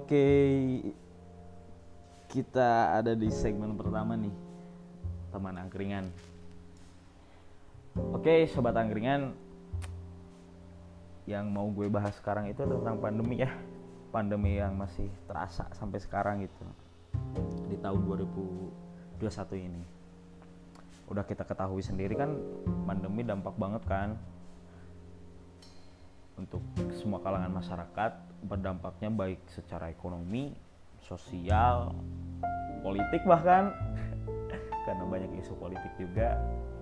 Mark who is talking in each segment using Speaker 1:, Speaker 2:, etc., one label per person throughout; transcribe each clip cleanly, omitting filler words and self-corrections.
Speaker 1: Oke, kita ada di segmen pertama nih, teman angkringan. Oke, sobat angkringan, yang mau gue bahas sekarang itu tentang pandemi ya. Pandemi yang masih terasa sampai sekarang gitu, di tahun 2021 ini. Udah kita ketahui sendiri kan, pandemi dampak banget kan untuk semua kalangan masyarakat. Berdampaknya baik secara ekonomi, sosial, politik bahkan karena banyak isu politik juga,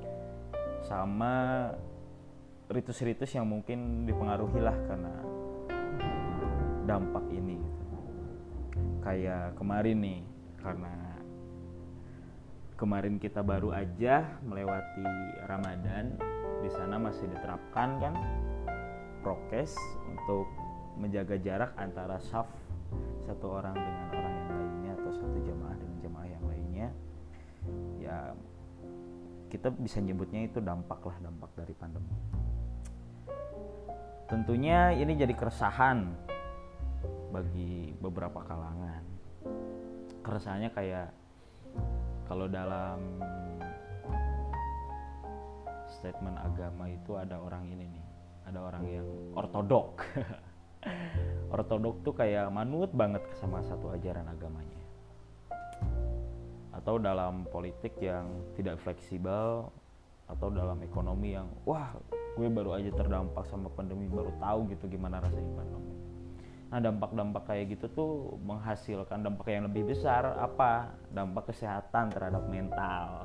Speaker 1: sama ritus-ritus yang mungkin dipengaruhi lah karena dampak ini gitu. Kayak kemarin nih, karena kemarin kita baru aja melewati Ramadan, di sana masih diterapkan kan prokes untuk menjaga jarak antara saf satu orang dengan orang yang lainnya, atau satu jamaah dengan jamaah yang lainnya. Ya kita bisa nyebutnya itu dampak dari pandemi. Tentunya ini jadi keresahan bagi beberapa kalangan. Keresahannya kayak kalau dalam statement agama itu ada orang ini nih, ada orang yang ortodok. Ortodok tuh kayak manut banget sama satu ajaran agamanya. Atau dalam politik yang tidak fleksibel, atau dalam ekonomi yang wah, gue baru aja terdampak sama pandemi, baru tahu gitu gimana rasanya pandemi. Nah, dampak-dampak kayak gitu tuh menghasilkan dampak yang lebih besar, apa? Dampak kesehatan terhadap mental.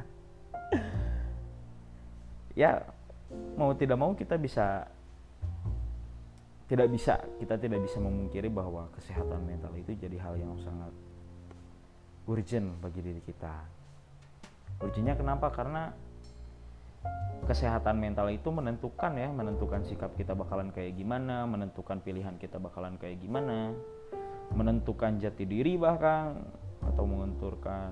Speaker 1: Ya, mau tidak mau kita tidak bisa memungkiri bahwa kesehatan mental itu jadi hal yang sangat urgent bagi diri kita. Urgentnya kenapa? Karena kesehatan mental itu menentukan sikap kita bakalan kayak gimana, menentukan pilihan kita bakalan kayak gimana, menentukan jati diri bahkan, atau menentukan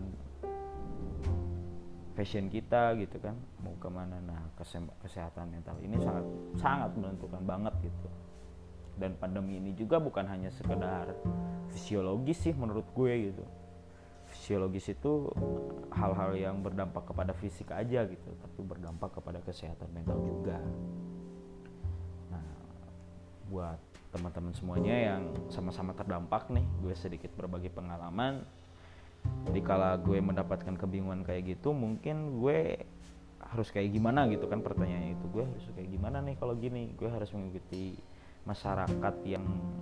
Speaker 1: passion kita gitu kan, mau kemana. Nah, kesehatan mental ini sangat menentukan banget gitu. Dan pandemi ini juga bukan hanya sekedar fisiologis sih menurut gue gitu. Fisiologis itu hal-hal yang berdampak kepada fisik aja gitu, tapi berdampak kepada kesehatan mental juga. Nah, buat teman-teman semuanya yang sama-sama terdampak nih, gue sedikit berbagi pengalaman. Jadi kalau gue mendapatkan kebingungan kayak gitu, mungkin gue harus kayak gimana gitu kan, pertanyaannya itu, gue harus kayak gimana nih kalau gini. Gue harus mengikuti masyarakat yang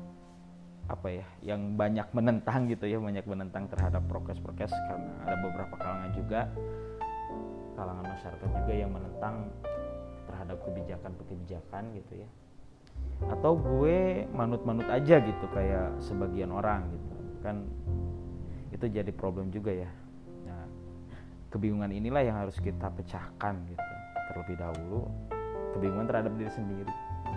Speaker 1: yang banyak menentang gitu ya, banyak menentang terhadap prokes karena ada beberapa kalangan masyarakat juga yang menentang terhadap kebijakan gitu ya. Atau gue manut-manut aja gitu kayak sebagian orang gitu kan, itu jadi problem juga ya. Nah, kebingungan inilah yang harus kita pecahkan gitu terlebih dahulu. Kebingungan terhadap diri sendiri.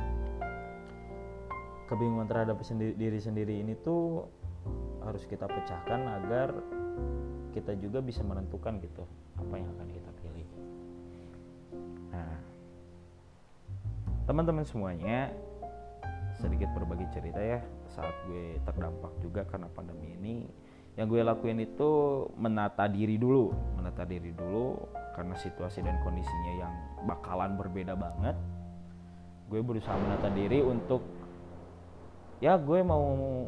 Speaker 1: Kebingungan terhadap diri sendiri ini tuh harus kita pecahkan agar kita juga bisa menentukan gitu apa yang akan kita pilih. Nah, teman-teman semuanya, sedikit berbagi cerita ya, saat gue terdampak juga karena pandemi ini. Yang gue lakuin itu menata diri dulu karena situasi dan kondisinya yang bakalan berbeda banget. Gue berusaha menata diri untuk gue mau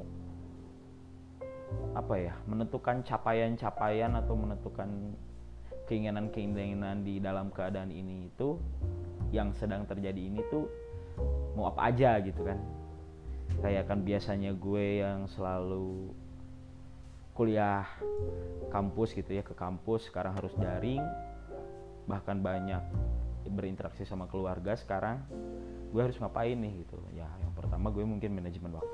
Speaker 1: menentukan capaian atau menentukan keinginan di dalam keadaan ini itu, yang sedang terjadi ini tuh mau apa aja gitu kan. Kayak kan biasanya gue yang selalu kuliah kampus gitu ya, ke kampus, sekarang harus daring, bahkan banyak berinteraksi sama keluarga. Sekarang gue harus ngapain nih gitu ya. Yang pertama gue mungkin manajemen waktu,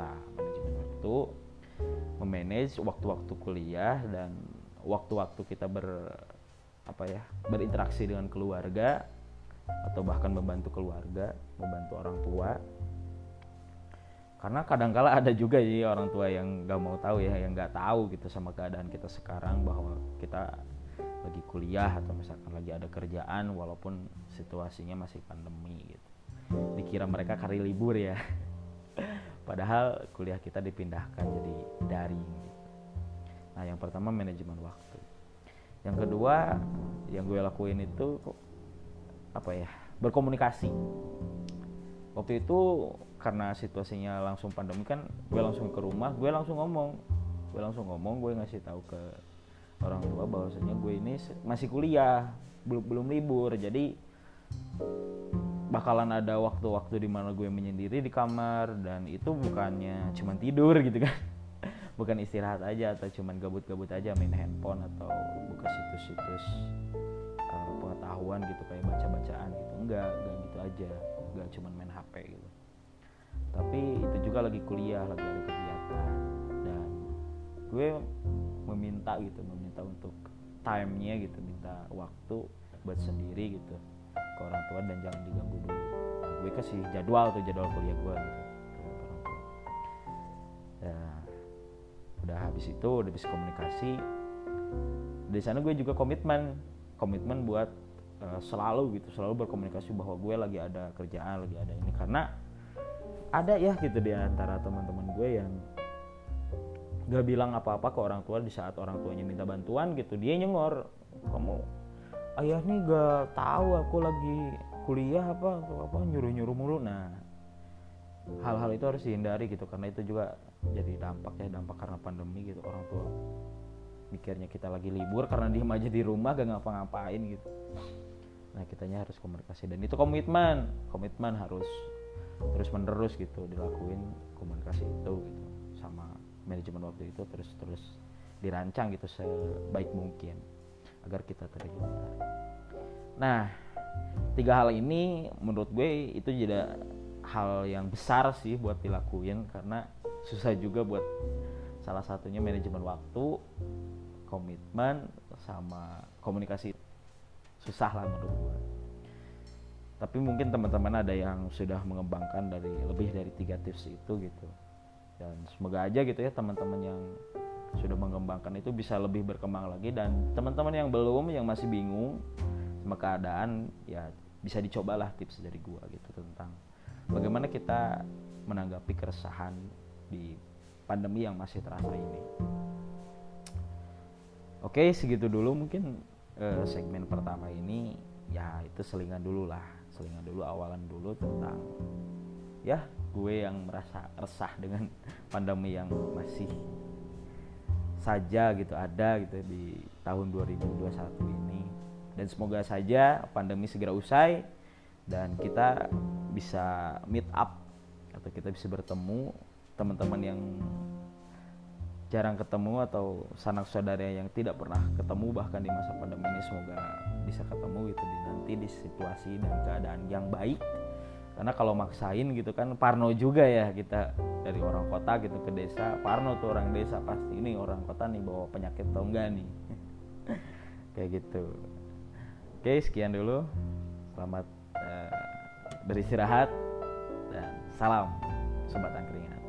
Speaker 1: memanage waktu-waktu kuliah dan waktu-waktu kita berinteraksi dengan keluarga, atau bahkan membantu orang tua. Karena kadangkala ada juga ya orang tua yang gak mau tahu ya, yang gak tahu gitu sama keadaan kita sekarang, bahwa kita lagi kuliah atau misalkan lagi ada kerjaan walaupun situasinya masih pandemi gitu. Dikira mereka kari libur ya. Padahal kuliah kita dipindahkan jadi daring gitu. Nah yang pertama manajemen waktu. Yang kedua yang gue lakuin itu berkomunikasi. Waktu itu karena situasinya langsung pandemi kan, gue langsung ke rumah, gue langsung ngomong, gue ngasih tahu ke orang tua bahwasanya gue ini masih kuliah, belum libur, jadi bakalan ada waktu-waktu di mana gue menyendiri di kamar, dan itu bukannya cuman tidur gitu kan, bukan istirahat aja atau cuman gabut-gabut aja main handphone atau buka situs-situs pengetahuan gitu kayak baca-bacaan gitu, enggak gitu aja, enggak cuman main HP gitu. Tapi itu juga lagi kuliah, lagi ada kegiatan, dan gue meminta untuk time-nya gitu, minta waktu buat sendiri gitu ke orang tua dan jangan diganggu dulu. Nah, gue kasih jadwal kuliah gue gitu ke orang tua. Ya, udah habis komunikasi. Di sana gue juga komitmen buat selalu berkomunikasi bahwa gue lagi ada kerjaan, lagi ada ini, karena ada ya gitu di antara teman-teman gue yang gak bilang apa-apa ke orang tua di saat orang tuanya minta bantuan gitu, dia nyengor, kamu ayah nih gak tahu aku lagi kuliah apa nyuruh mulu. Nah hal-hal itu harus dihindari gitu, karena itu juga jadi dampak karena pandemi gitu. Orang tua mikirnya kita lagi libur karena diem aja di rumah gak ngapa-ngapain gitu. Nah kitanya harus komunikasi, dan itu komitmen harus terus menerus gitu dilakuin, komunikasi itu gitu sama manajemen waktu itu terus dirancang gitu sebaik mungkin agar kita terhindar. Nah 3 hal ini menurut gue itu jadi hal yang besar sih buat dilakuin, karena susah juga buat salah satunya manajemen waktu, komitmen sama komunikasi, susah lah menurut gue. Tapi mungkin teman-teman ada yang sudah mengembangkan lebih dari 3 tips itu gitu, dan semoga aja gitu ya teman-teman yang sudah mengembangkan itu bisa lebih berkembang lagi, dan teman-teman yang belum, yang masih bingung sama keadaan, ya bisa dicobalah tips dari gua gitu tentang bagaimana kita menanggapi keresahan di pandemi yang masih terasa ini. Oke, segitu dulu mungkin segmen pertama ini, ya itu selingan dulu awalan dulu tentang ya gue yang merasa resah dengan pandemi yang masih saja gitu ada gitu di tahun 2021 ini, dan semoga saja pandemi segera usai dan kita bisa meet up atau kita bisa bertemu teman-teman yang jarang ketemu atau sanak saudara yang tidak pernah ketemu bahkan di masa pandemi ini, semoga bisa ketemu gitu nanti di situasi dan keadaan yang baik. Karena kalau maksain gitu kan parno juga ya, kita dari orang kota gitu ke desa, parno tuh orang desa pasti ini orang kota nih bawa penyakit atau enggak nih. Kayak gitu. Oke, sekian dulu. Selamat beristirahat dan salam Sobat Angkringan.